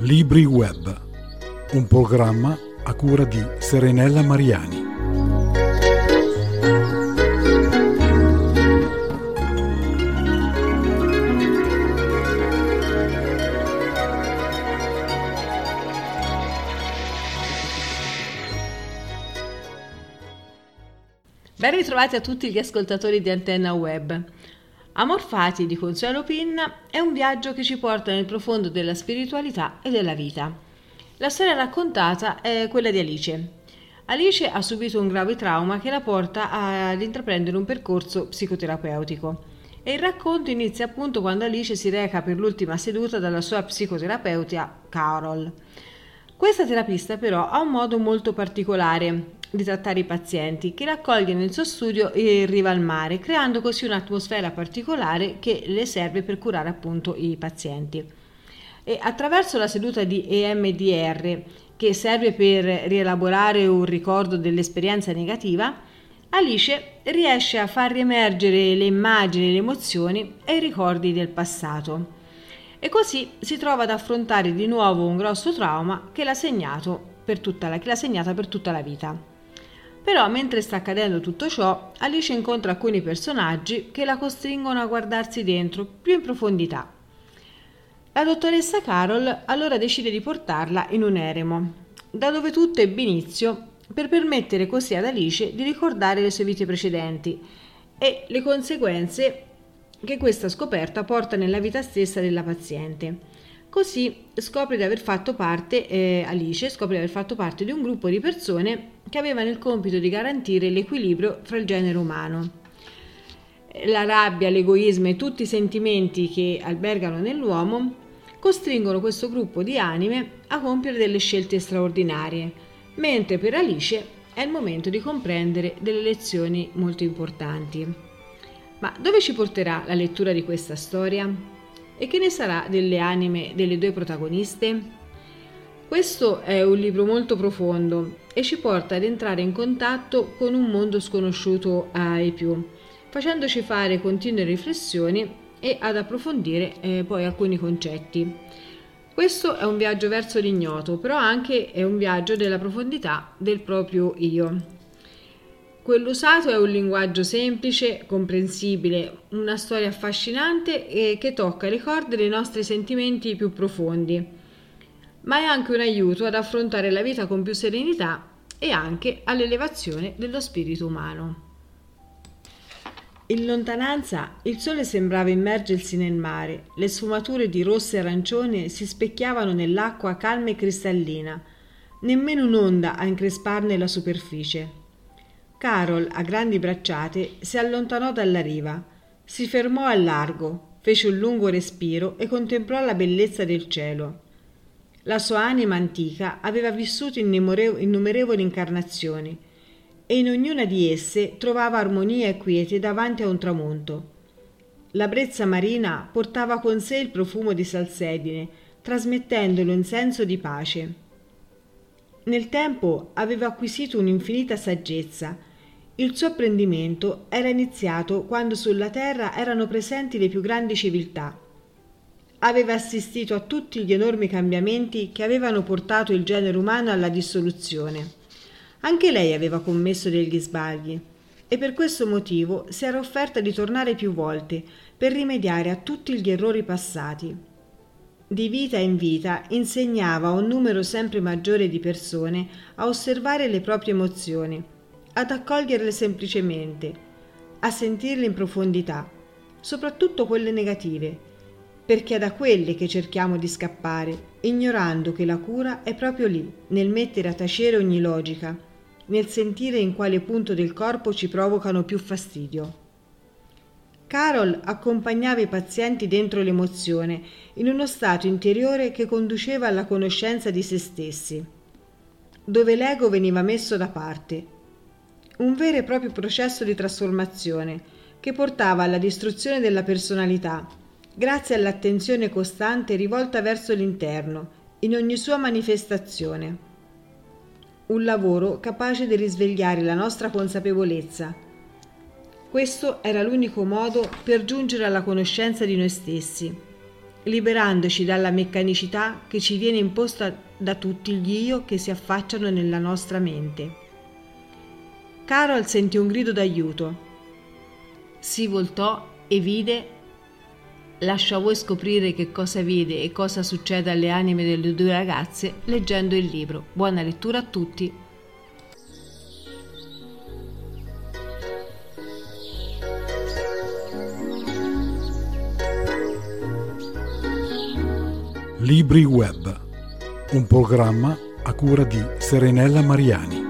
Libri Web, un programma a cura di Serenella Mariani. Ben ritrovati a tutti gli ascoltatori di Antenna Web. Amor Fati di Consuelo Pinna è un viaggio che ci porta nel profondo della spiritualità e della vita. La storia raccontata è quella di Alice. Alice ha subito un grave trauma che la porta ad intraprendere un percorso psicoterapeutico. E il racconto inizia appunto quando Alice si reca per l'ultima seduta dalla sua psicoterapeuta Carol. Questa terapista però ha un modo molto particolare di trattare i pazienti, che raccoglie nel suo studio in riva al mare, creando così un'atmosfera particolare che le serve per curare appunto i pazienti. E attraverso la seduta di EMDR, che serve per rielaborare un ricordo dell'esperienza negativa, Alice riesce a far riemergere le immagini, le emozioni e i ricordi del passato. E così si trova ad affrontare di nuovo un grosso trauma che l'ha segnata per tutta la vita. Però mentre sta accadendo tutto ciò, Alice incontra alcuni personaggi che la costringono a guardarsi dentro più in profondità. La dottoressa Carol allora decide di portarla in un eremo, da dove tutto ebbe inizio, per permettere così ad Alice di ricordare le sue vite precedenti e le conseguenze che questa scoperta porta nella vita stessa della paziente. Così Alice scopre di aver fatto parte di un gruppo di persone che avevano il compito di garantire l'equilibrio fra il genere umano. La rabbia, l'egoismo e tutti i sentimenti che albergano nell'uomo costringono questo gruppo di anime a compiere delle scelte straordinarie, mentre per Alice è il momento di comprendere delle lezioni molto importanti. Ma dove ci porterà la lettura di questa storia? E che ne sarà delle anime delle due protagoniste? Questo è un libro molto profondo e ci porta ad entrare in contatto con un mondo sconosciuto ai più, facendoci fare continue riflessioni e ad approfondire poi alcuni concetti. Questo è un viaggio verso l'ignoto, però anche è un viaggio della profondità del proprio io. Quello usato è un linguaggio semplice, comprensibile, una storia affascinante e che tocca le corde dei nostri sentimenti più profondi, ma è anche un aiuto ad affrontare la vita con più serenità e anche all'elevazione dello spirito umano. In lontananza il sole sembrava immergersi nel mare, le sfumature di rosso e arancione si specchiavano nell'acqua calma e cristallina, nemmeno un'onda a incresparne la superficie. Carol, a grandi bracciate, si allontanò dalla riva, si fermò al largo, fece un lungo respiro e contemplò la bellezza del cielo. La sua anima antica aveva vissuto innumerevoli incarnazioni e in ognuna di esse trovava armonia e quiete davanti a un tramonto. La brezza marina portava con sé il profumo di salsedine, trasmettendole un senso di pace. Nel tempo aveva acquisito un'infinita saggezza. Il suo apprendimento era iniziato quando sulla terra erano presenti le più grandi civiltà. Aveva assistito a tutti gli enormi cambiamenti che avevano portato il genere umano alla dissoluzione. Anche lei aveva commesso degli sbagli e per questo motivo si era offerta di tornare più volte per rimediare a tutti gli errori passati. Di vita in vita insegnava a un numero sempre maggiore di persone a osservare le proprie emozioni, ad accoglierle semplicemente, a sentirle in profondità, soprattutto quelle negative, perché è da quelle che cerchiamo di scappare, ignorando che la cura è proprio lì, nel mettere a tacere ogni logica, nel sentire in quale punto del corpo ci provocano più fastidio. Carol accompagnava i pazienti dentro l'emozione, in uno stato interiore che conduceva alla conoscenza di se stessi, dove l'ego veniva messo da parte. Un vero e proprio processo di trasformazione che portava alla distruzione della personalità, grazie all'attenzione costante rivolta verso l'interno, in ogni sua manifestazione. Un lavoro capace di risvegliare la nostra consapevolezza. Questo era l'unico modo per giungere alla conoscenza di noi stessi liberandoci dalla meccanicità che ci viene imposta da tutti gli io che si affacciano nella nostra mente. Carol sentì un grido d'aiuto. Si voltò e vide. Lascio a voi scoprire che cosa vede e cosa succede alle anime delle due ragazze leggendo il libro. Buona lettura a tutti! Libri Web, un programma a cura di Serenella Mariani.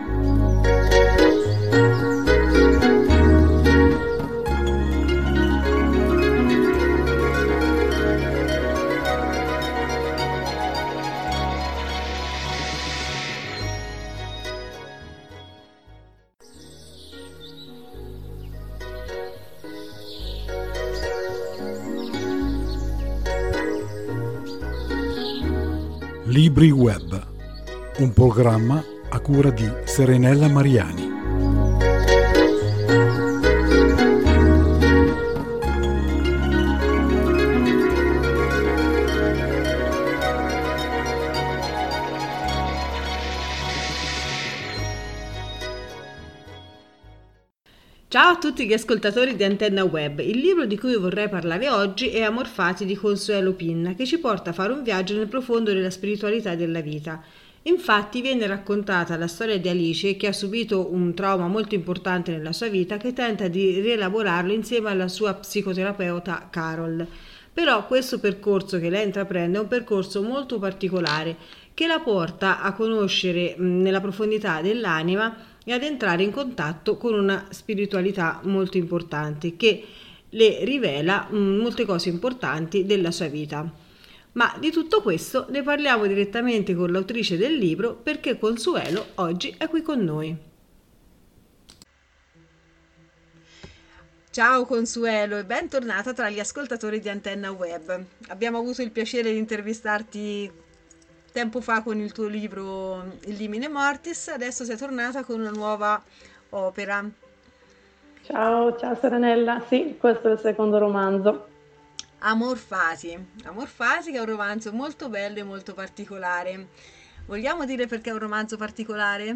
Libri Web, un programma a cura di Serenella Mariani. Ciao a tutti gli ascoltatori di Antenna Web. Il libro di cui vorrei parlare oggi è Amor Fati di Consuelo Pinna, che ci porta a fare un viaggio nel profondo della spiritualità e della vita. Infatti viene raccontata la storia di Alice, che ha subito un trauma molto importante nella sua vita, che tenta di rielaborarlo insieme alla sua psicoterapeuta Carol. Però questo percorso che lei intraprende è un percorso molto particolare, che la porta a conoscere nella profondità dell'anima e ad entrare in contatto con una spiritualità molto importante che le rivela molte cose importanti della sua vita. Ma di tutto questo ne parliamo direttamente con l'autrice del libro, perché Consuelo oggi è qui con noi. Ciao Consuelo e bentornata tra gli ascoltatori di Antenna Web. Abbiamo avuto il piacere di intervistarti tempo fa con il tuo libro Il Limine Mortis, adesso sei tornata con una nuova opera. Ciao Serenella, sì, questo è il secondo romanzo. Amor Fati, che è un romanzo molto bello e molto particolare. Vogliamo dire perché è un romanzo particolare?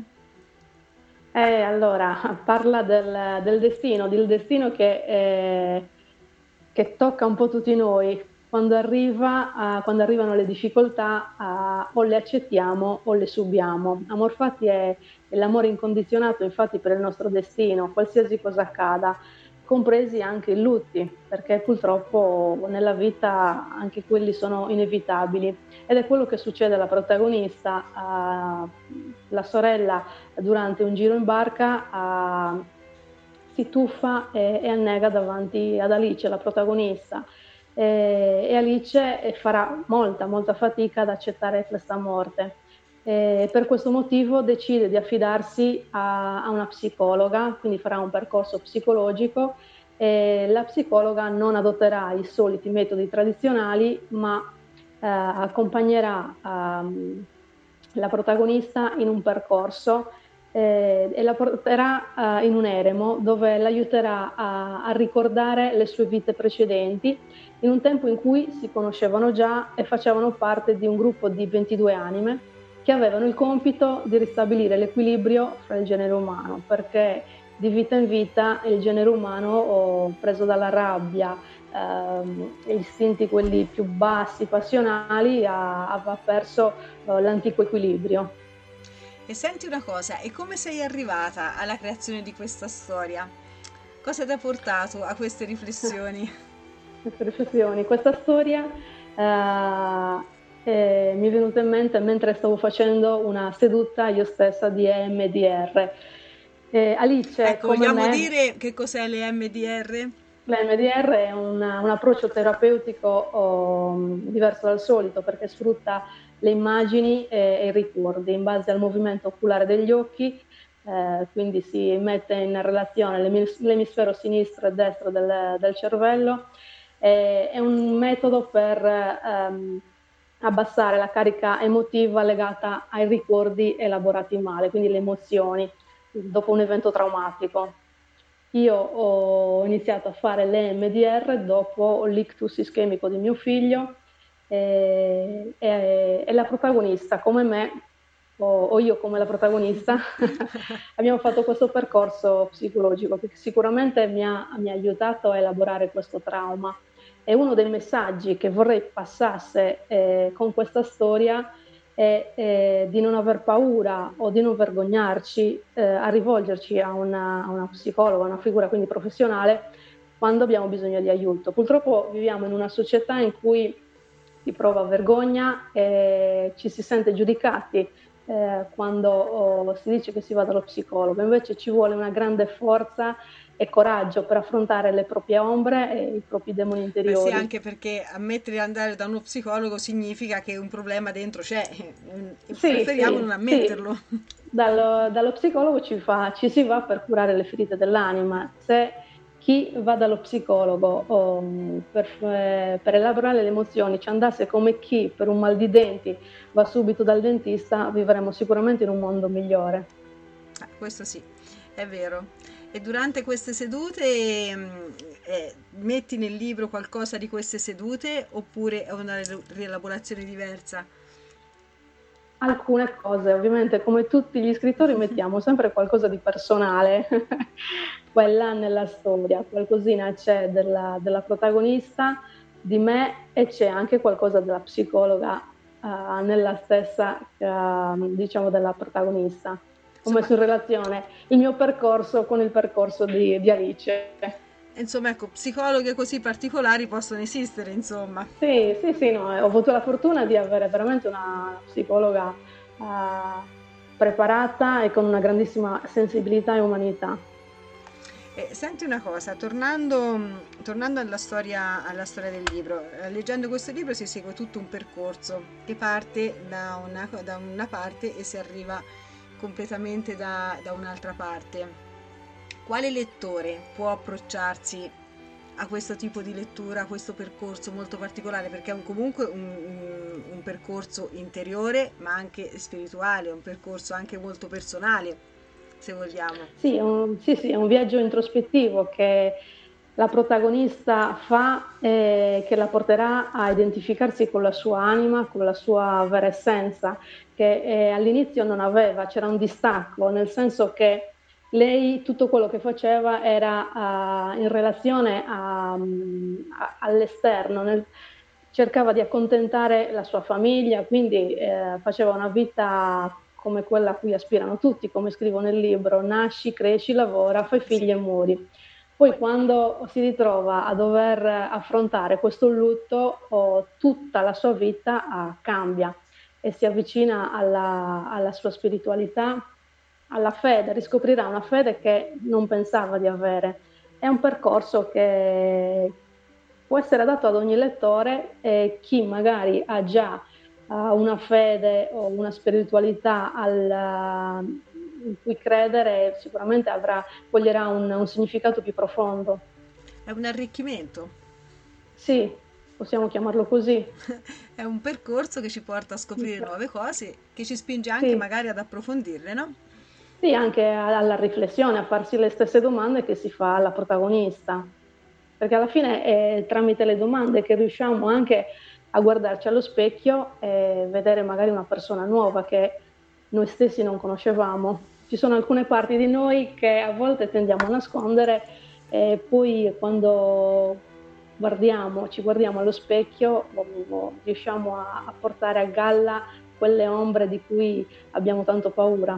Allora, parla del destino che tocca un po' tutti noi. Quando arrivano le difficoltà, o le accettiamo o le subiamo. Amor Fati è l'amore incondizionato, infatti, per il nostro destino, qualsiasi cosa accada, compresi anche i lutti, perché purtroppo nella vita anche quelli sono inevitabili. Ed è quello che succede alla protagonista. La sorella, durante un giro in barca, si tuffa e annega davanti ad Alice, la protagonista. E Alice farà molta fatica ad accettare questa morte. Per questo motivo decide di affidarsi a una psicologa, quindi farà un percorso psicologico. La psicologa non adotterà i soliti metodi tradizionali, ma accompagnerà la protagonista in un percorso e la porterà in un eremo dove l'aiuterà a ricordare le sue vite precedenti, in un tempo in cui si conoscevano già e facevano parte di un gruppo di 22 anime che avevano il compito di ristabilire l'equilibrio fra il genere umano, perché di vita in vita il genere umano, preso dalla rabbia, gli istinti quelli più bassi, passionali, ha perso l'antico equilibrio. E senti una cosa, e come sei arrivata alla creazione di questa storia? Cosa ti ha portato a queste riflessioni? Questa storia mi è venuta in mente mentre stavo facendo una seduta io stessa di EMDR. Alice, ecco, vogliamo dire che cos'è l'EMDR? L'EMDR è un approccio terapeutico diverso dal solito, perché sfrutta le immagini e i ricordi in base al movimento oculare degli occhi, quindi si mette in relazione l'emisfero sinistro e destro del cervello. È un metodo per abbassare la carica emotiva legata ai ricordi elaborati male, quindi le emozioni dopo un evento traumatico. Io ho iniziato a fare l'EMDR dopo l'ictus ischemico di mio figlio, e la protagonista come me, o io come la protagonista, abbiamo fatto questo percorso psicologico che sicuramente mi ha aiutato a elaborare questo trauma. E uno dei messaggi che vorrei passasse con questa storia è di non aver paura o di non vergognarci a rivolgerci a una psicologa, a una figura quindi professionale, quando abbiamo bisogno di aiuto. Purtroppo viviamo in una società in cui si prova vergogna e ci si sente giudicati quando si dice che si va dallo psicologo. Invece ci vuole una grande forza e coraggio per affrontare le proprie ombre e i propri demoni interiori. Beh sì, anche perché ammettere di andare da uno psicologo significa che un problema dentro c'è, preferiamo non ammetterlo. Sì. Dallo psicologo ci si va per curare le ferite dell'anima. Se chi va dallo psicologo per elaborare le emozioni ci andasse come chi per un mal di denti va subito dal dentista, vivremmo sicuramente in un mondo migliore. Questo sì, è vero. E durante queste sedute metti nel libro qualcosa di queste sedute oppure è una rielaborazione diversa? Alcune cose, ovviamente come tutti gli scrittori mettiamo sempre qualcosa di personale, quella nella storia, qualcosina c'è della protagonista, di me, e c'è anche qualcosa della psicologa nella stessa, diciamo, della protagonista. Come su relazione il mio percorso con il percorso di Alice. Insomma, ecco, psicologhe così particolari possono esistere, insomma. Sì, no, ho avuto la fortuna di avere veramente una psicologa preparata e con una grandissima sensibilità e umanità. Senti una cosa, tornando alla storia del libro, leggendo questo libro si segue tutto un percorso che parte da una parte e si arriva completamente da un'altra parte. Quale lettore può approcciarsi a questo tipo di lettura, a questo percorso molto particolare? Perché è comunque un percorso interiore, ma anche spirituale, un percorso anche molto personale, se vogliamo. Sì, è un viaggio introspettivo che la protagonista fa, che la porterà a identificarsi con la sua anima, con la sua vera essenza, che all'inizio non aveva, c'era un distacco, nel senso che lei tutto quello che faceva era in relazione all'esterno, cercava di accontentare la sua famiglia, quindi faceva una vita come quella a cui aspirano tutti, come scrivo nel libro: nasci, cresci, lavora, fai figli e muori. Poi quando si ritrova a dover affrontare questo lutto, tutta la sua vita cambia e si avvicina alla sua spiritualità, alla fede, riscoprirà una fede che non pensava di avere. È un percorso che può essere adatto ad ogni lettore, e chi magari ha già una fede o una spiritualità in cui credere sicuramente coglierà un significato più profondo. È un arricchimento. Sì, possiamo chiamarlo così. È un percorso che ci porta a scoprire nuove cose, che ci spinge anche magari ad approfondirle, no? Sì, anche alla riflessione, a farsi le stesse domande che si fa alla protagonista, perché alla fine è tramite le domande che riusciamo anche a guardarci allo specchio e vedere magari una persona nuova che noi stessi non conoscevamo. Ci sono alcune parti di noi che a volte tendiamo a nascondere, e poi quando ci guardiamo allo specchio, riusciamo a portare a galla quelle ombre di cui abbiamo tanto paura.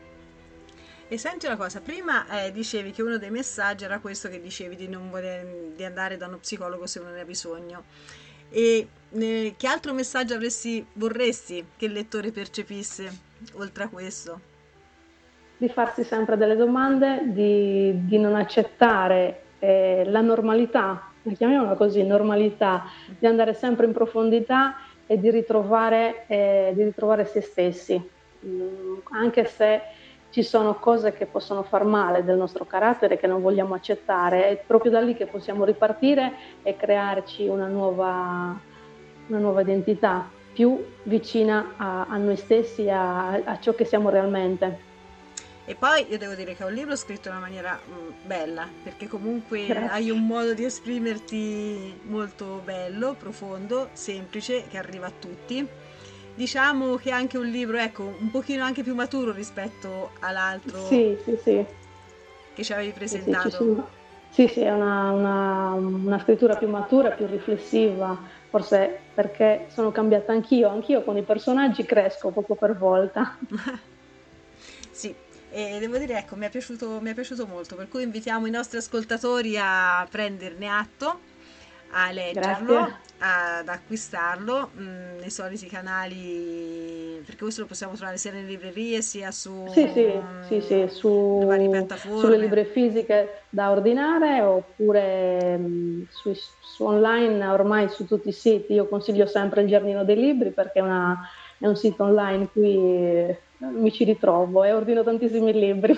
E senti una cosa, prima dicevi che uno dei messaggi era questo che dicevi di andare da uno psicologo se non ne hai bisogno. E che altro messaggio vorresti che il lettore percepisse oltre a questo? Di farsi sempre delle domande, di non accettare la normalità, chiamiamola così, normalità, di andare sempre in profondità e di ritrovare se stessi, anche se ci sono cose che possono far male del nostro carattere che non vogliamo accettare. È proprio da lì che possiamo ripartire e crearci una nuova identità più vicina a noi stessi, a ciò che siamo realmente. E poi io devo dire che è un libro scritto in una maniera bella, perché comunque Grazie. hai un modo di esprimerti molto bello, profondo, semplice, che arriva a tutti. Diciamo che è anche un libro, ecco, un pochino anche più maturo rispetto all'altro Sì, sì, sì. che ci avevi Sì, sì, presentato. sì, sì, è una scrittura più matura, più riflessiva, forse perché sono cambiata anch'io con i personaggi cresco poco per volta. Sì, e devo dire, ecco, mi è piaciuto molto, per cui invitiamo i nostri ascoltatori a prenderne atto, a leggerlo, Grazie. ad acquistarlo nei soliti canali, perché questo lo possiamo trovare sia nelle librerie sia su Sì, sì, sì, sì, varie sulle piattaforme. librerie fisiche da ordinare oppure su online, ormai su tutti i siti. Io consiglio sempre il Giardino dei Libri perché è un sito online in cui mi ci ritrovo e ordino tantissimi libri.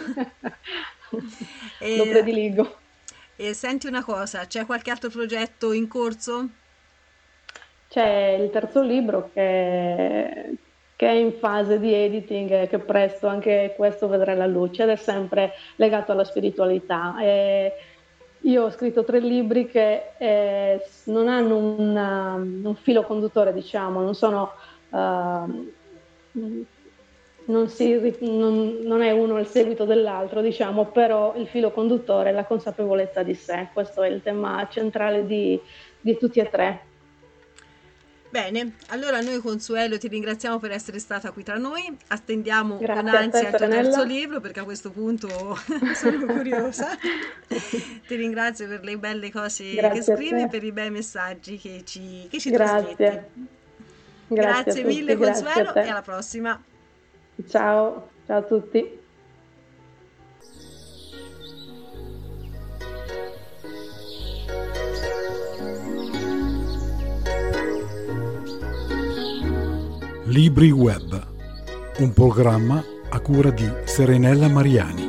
Lo E, prediligo. e senti una cosa, c'è qualche altro progetto in corso? C'è il terzo libro che è in fase di editing e che presto anche questo vedrà la luce ed è sempre legato alla spiritualità. Io ho scritto 3 libri che non hanno un filo conduttore, diciamo, non sono... non è uno il seguito dell'altro, diciamo, però il filo conduttore è la consapevolezza di sé. Questo è il tema centrale di tutti e 3. Bene, allora noi Consuelo ti ringraziamo per essere stata qui tra noi, attendiamo con Grazie a te, ansia il tuo terzo Serenella. libro perché a questo punto sono curiosa. Ti ringrazio per le belle cose che Grazie a scrivi e te. per i bei messaggi che ci trasmetti. Grazie. Grazie a Grazie mille tutti, grazie a Consuelo e te. alla prossima. Ciao, ciao a tutti. Libri Web, un programma a cura di Serenella Mariani.